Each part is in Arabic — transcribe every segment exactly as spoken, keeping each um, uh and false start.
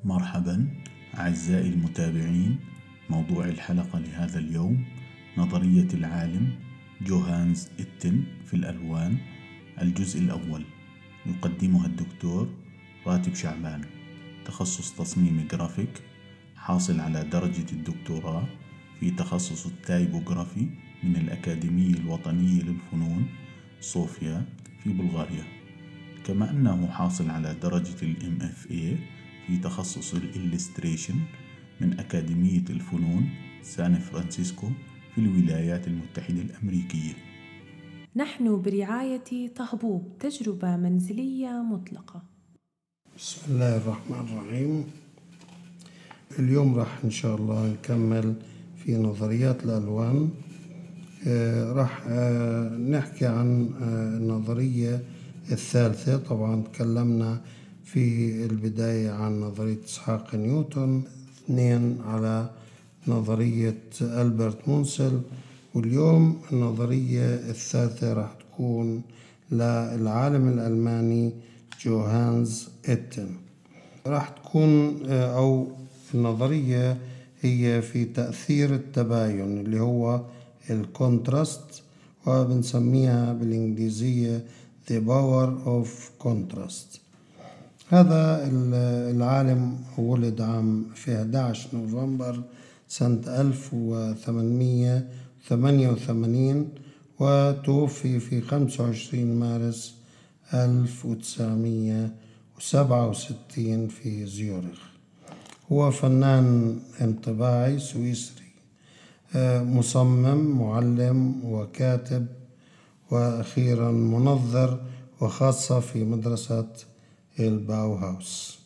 مرحبا أعزائي المتابعين. موضوع الحلقة لهذا اليوم نظرية العالم جوهانز إتن في الألوان، الجزء الأول. يقدمها الدكتور راتب شعبان، تخصص تصميم جرافيك، حاصل على درجة الدكتوراه في تخصص التايبوغرافي من الأكاديمية الوطنية للفنون صوفيا في بلغاريا، كما أنه حاصل على درجة الإم إف إيه في تخصص الإلستريشن من أكاديمية الفنون سان فرانسيسكو في الولايات المتحدة الأمريكية. نحن برعاية طهبوب، تجربة منزلية مطلقة. بسم الله الرحمن الرحيم. اليوم راح إن شاء الله نكمل في نظريات الألوان. آه راح آه نحكي عن آه النظرية الثالثة. طبعا تكلمنا في البداية عن نظرية إسحاق نيوتن، اثنين على نظرية ألبرت مونسل، واليوم النظرية الثالثة راح تكون للعالم الألماني جوهانز إتن. راح تكون أو النظرية هي في تأثير التباين اللي هو الكونتراست، وبنسميها بالإنجليزية The Power of Contrast. هذا العالم ولد عام في أحد عشر نوفمبر سنة ألف وثمانمائة وثمانية وثمانين، وتوفي في خمسة وعشرين مارس ألف وتسعمائة وسبعة وستين في زيورخ. هو فنان انطباعي سويسري، مصمم، معلم، وكاتب، وأخيرا منظر، وخاصة في مدرسة الباوهاوس.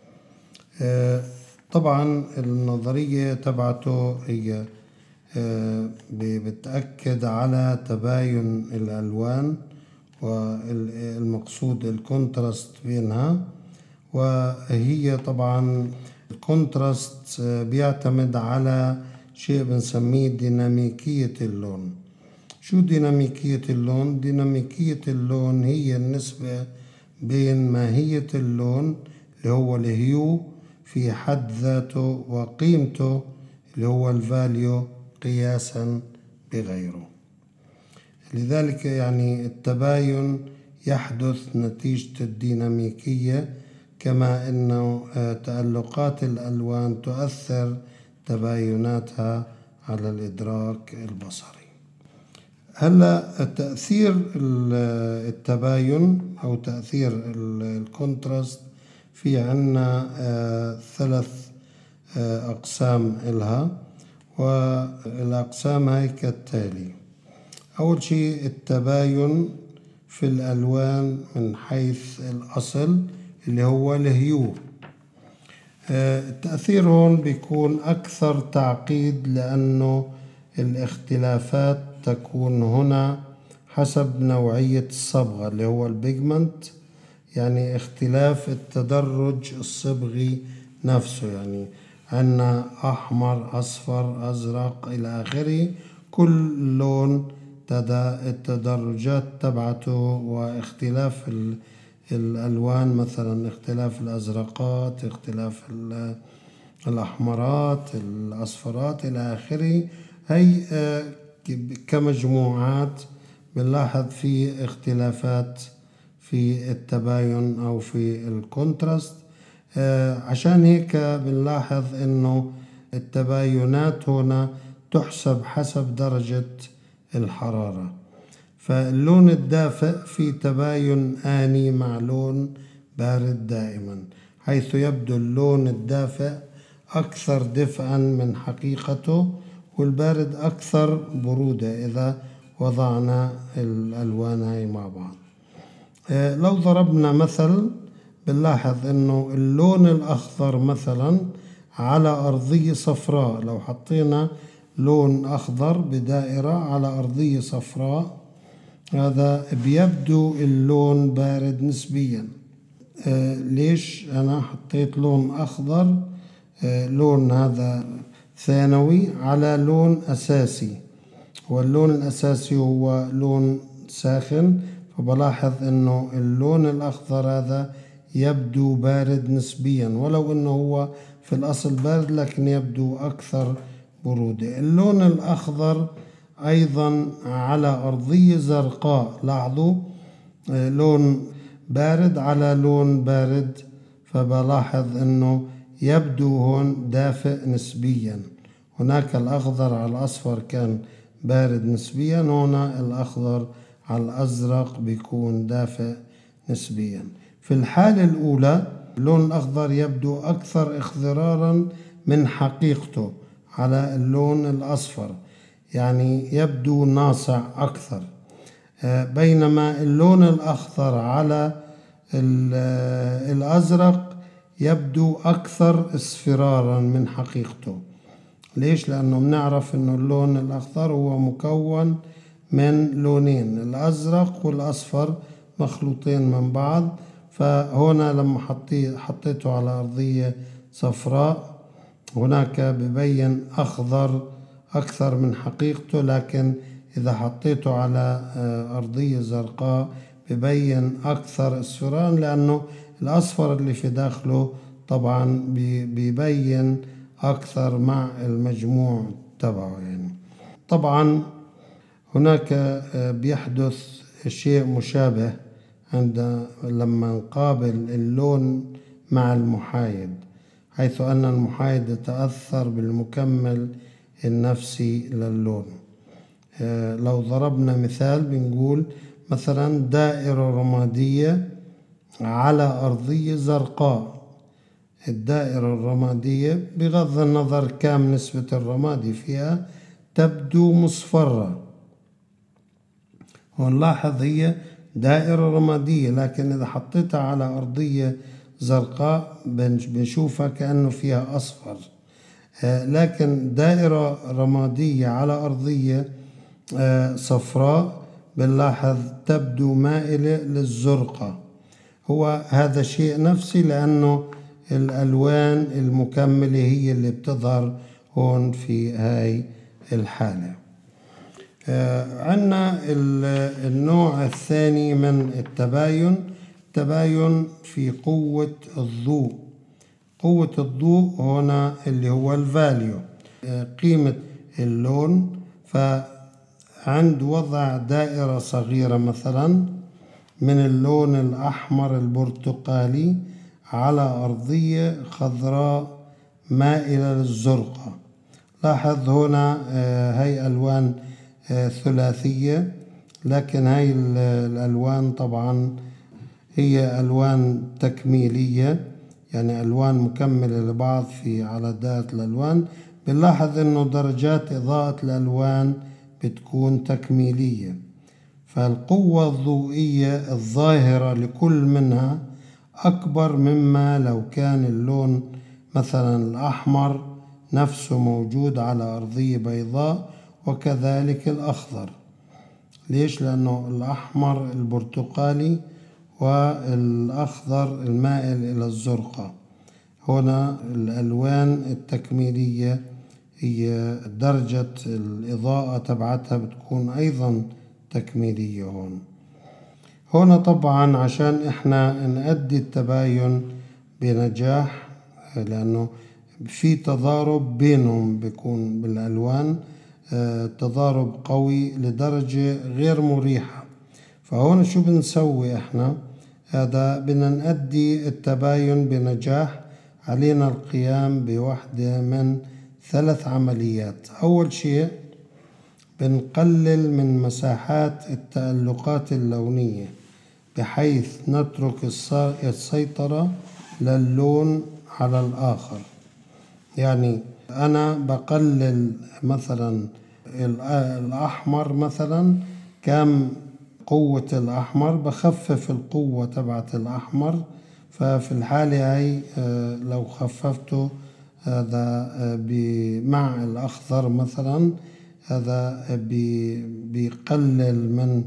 طبعا النظرية تبعته هي بتأكد على تباين الألوان، والمقصود الكونتراست بينها. وهي طبعا الكونتراست بيعتمد على شيء بنسميه ديناميكية اللون. شو ديناميكية اللون؟ ديناميكية اللون هي النسبة بين ماهية اللون اللي هو الهيو في حد ذاته وقيمته اللي هو الفاليو قياسا بغيره. لذلك يعني التباين يحدث نتيجة الديناميكية، كما أنه تألقات الألوان تؤثر تبايناتها على الإدراك البصري. هلا تأثير التباين أو تأثير الكونتراست في عنا ثلاث أقسام إلها، والأقسام هاي كالتالي. أول شيء التباين في الألوان من حيث الأصل اللي هو الهيو. التأثير هون بيكون أكثر تعقيد، لأنه الاختلافات تكون هنا حسب نوعية الصبغة اللي هو البيجمنت، يعني اختلاف التدرج الصبغي نفسه. يعني عندنا أحمر، أصفر، أزرق إلى آخره، كل لون التدرجات تبعته واختلاف الألوان، مثلا اختلاف الأزرقات، اختلاف الأحمرات، الأصفرات إلى آخره. هي كمجموعات بنلاحظ في اختلافات في التباين أو في الكونتراست. عشان هيك بنلاحظ إنه التباينات هنا تحسب حسب درجة الحرارة. فاللون الدافئ في تباين آني مع لون بارد دائما، حيث يبدو اللون الدافئ أكثر دفئا من حقيقته، والبارد أكثر برودة إذا وضعنا الألوان هاي مع بعض. لو ضربنا مثل بنلاحظ إنه اللون الأخضر مثلا على أرضية صفراء، لو حطينا لون أخضر بدائرة على أرضية صفراء، هذا بيبدو اللون بارد نسبيا. آه ليش أنا حطيت لون أخضر؟ آه لون هذا ثانوي على لون أساسي، واللون الأساسي هو لون ساخن، فبلاحظ إنه اللون الأخضر هذا يبدو بارد نسبيا، ولو أنه هو في الأصل بارد لكن يبدو أكثر برودة. اللون الأخضر أيضا على أرضية زرقاء، لاحظوا لون بارد على لون بارد، فبلاحظ أنه يبدو هون دافئ نسبيا. هناك الأخضر على الأصفر كان بارد نسبيا، هنا الأخضر على الأزرق بيكون دافئ نسبيا. في الحالة الأولى اللون الأخضر يبدو أكثر اخضرارا من حقيقته على اللون الأصفر، يعني يبدو ناصع أكثر، بينما اللون الأخضر على الأزرق يبدو أكثر اصفرارا من حقيقته. ليش؟ لأنه بنعرف أنه اللون الأخضر هو مكون من لونين، الأزرق والأصفر مخلوطين من بعض، فهنا لما حطيته على أرضية صفراء هناك ببين أخضر أكثر من حقيقته، لكن إذا حطيته على أرضية زرقاء ببين أكثر اصفرارا، لأنه الأصفر اللي في داخله طبعا بيبين أكثر مع المجموع تبعه. يعني طبعا هناك بيحدث شيء مشابه عند لما نقابل اللون مع المحايد، حيث أن المحايد يتأثر بالمكمل النفسي للون. لو ضربنا مثال بنقول مثلا دائرة رمادية على أرضية زرقاء، الدائرة الرمادية بغض النظر كم نسبة الرمادي فيها تبدو مصفرة، ونلاحظ هي دائرة رمادية، لكن إذا حطيتها على أرضية زرقاء بنشوفها كأنه فيها أصفر. لكن دائرة رمادية على أرضية صفراء بنلاحظ تبدو مائلة للزرقة. هو هذا شيء نفسي، لأنه الألوان المكملة هي اللي بتظهر هون في هاي الحالة. عندنا النوع الثاني من التباين، تباين في قوة الضوء. قوة الضوء هنا اللي هو الفاليو، قيمة اللون. فعند وضع دائرة صغيرة مثلا من اللون الأحمر البرتقالي على أرضية خضراء مائلة للزرقة، لاحظ هنا هاي ألوان ثلاثية، لكن هاي الألوان طبعا هي ألوان تكميلية، يعني ألوان مكملة لبعض في على دائرة الألوان. بنلاحظ إنه درجات إضاءة الألوان بتكون تكميلية، فالقوة الضوئية الظاهرة لكل منها أكبر مما لو كان اللون مثلا الأحمر نفسه موجود على أرضية بيضاء، وكذلك الأخضر. ليش؟ لأنه الأحمر البرتقالي والأخضر المائل إلى الزرقة. هنا الألوان التكميلية هي درجة الإضاءة تبعتها بتكون أيضا تكميلية. هون هنا طبعا عشان إحنا نأدي التباين بنجاح، لأنه في تضارب بينهم بيكون بالألوان، تضارب قوي لدرجة غير مريحة. فهون شو بنسوي إحنا؟ هذا بدنا نأدي التباين بنجاح، علينا القيام بوحدة من ثلاث عمليات. أول شيء بنقلل من مساحات التألقات اللونية بحيث نترك السيطرة للون على الآخر. يعني أنا بقلل مثلا الأحمر، مثلا كم قوة الأحمر، بخفف القوة تبعت الأحمر، ففي الحالة هاي لو خففته هذا مع الأخضر مثلا، هذا بيقلل من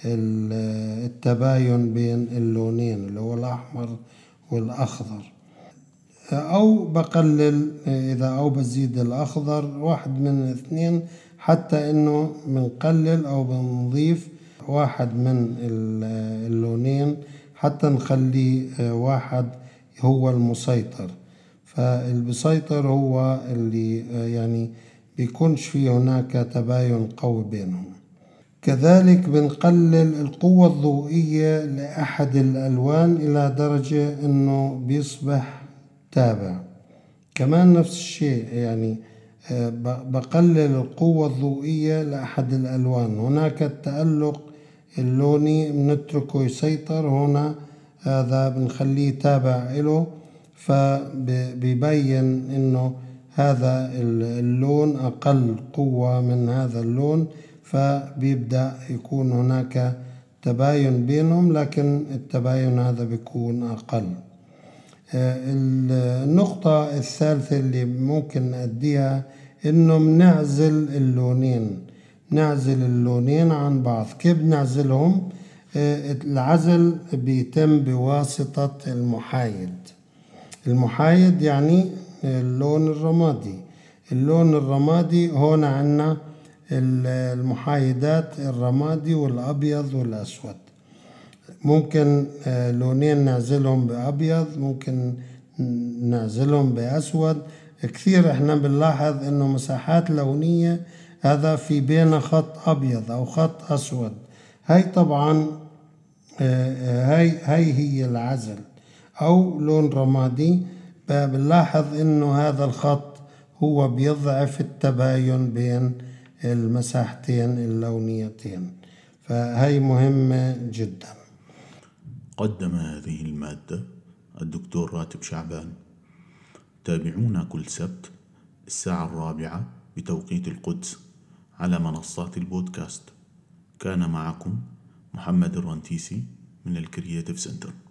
التباين بين اللونين اللي هو الأحمر والأخضر. أو بقلل إذا أو بزيد الأخضر، واحد من الاثنين، حتى إنه بنقلل أو بنضيف واحد من اللونين حتى نخلي واحد هو المسيطر. فالمسيطر هو اللي يعني بيكونش فيه هناك تباين قوي بينهم. كذلك بنقلل القوة الضوئية لأحد الألوان إلى درجة إنه بيصبح تابع. كمان نفس الشيء، يعني بقلل القوة الضوئية لأحد الألوان. هناك التألق اللوني بنتركه يسيطر، هنا هذا بنخليه تابع له، فبيبين إنه هذا اللون أقل قوة من هذا اللون، فبيبدأ يكون هناك تباين بينهم، لكن التباين هذا بيكون أقل. النقطة الثالثة اللي ممكن نأديها إنه بنعزل اللونين نعزل اللونين عن بعض. كيف بنعزلهم؟ العزل بيتم بواسطة المحايد. المحايد يعني اللون الرمادي. اللون الرمادي هون عنا المحايدات الرمادي والأبيض والأسود. ممكن لونين نعزلهم بأبيض، ممكن نعزلهم بأسود. كثير احنا بنلاحظ انه مساحات لونية هذا في بينها خط أبيض أو خط أسود. هاي طبعا هاي هاي هي العزل. أو لون رمادي بنلاحظ انه هذا الخط هو بيضعف التباين بين المساحتين اللونيتين، فهي مهمة جدا. قدم هذه المادة الدكتور راتب شعبان. تابعونا كل سبت الساعة الرابعة بتوقيت القدس على منصات البودكاست. كان معكم محمد الرنتيسي من الكرياتيف سنتر.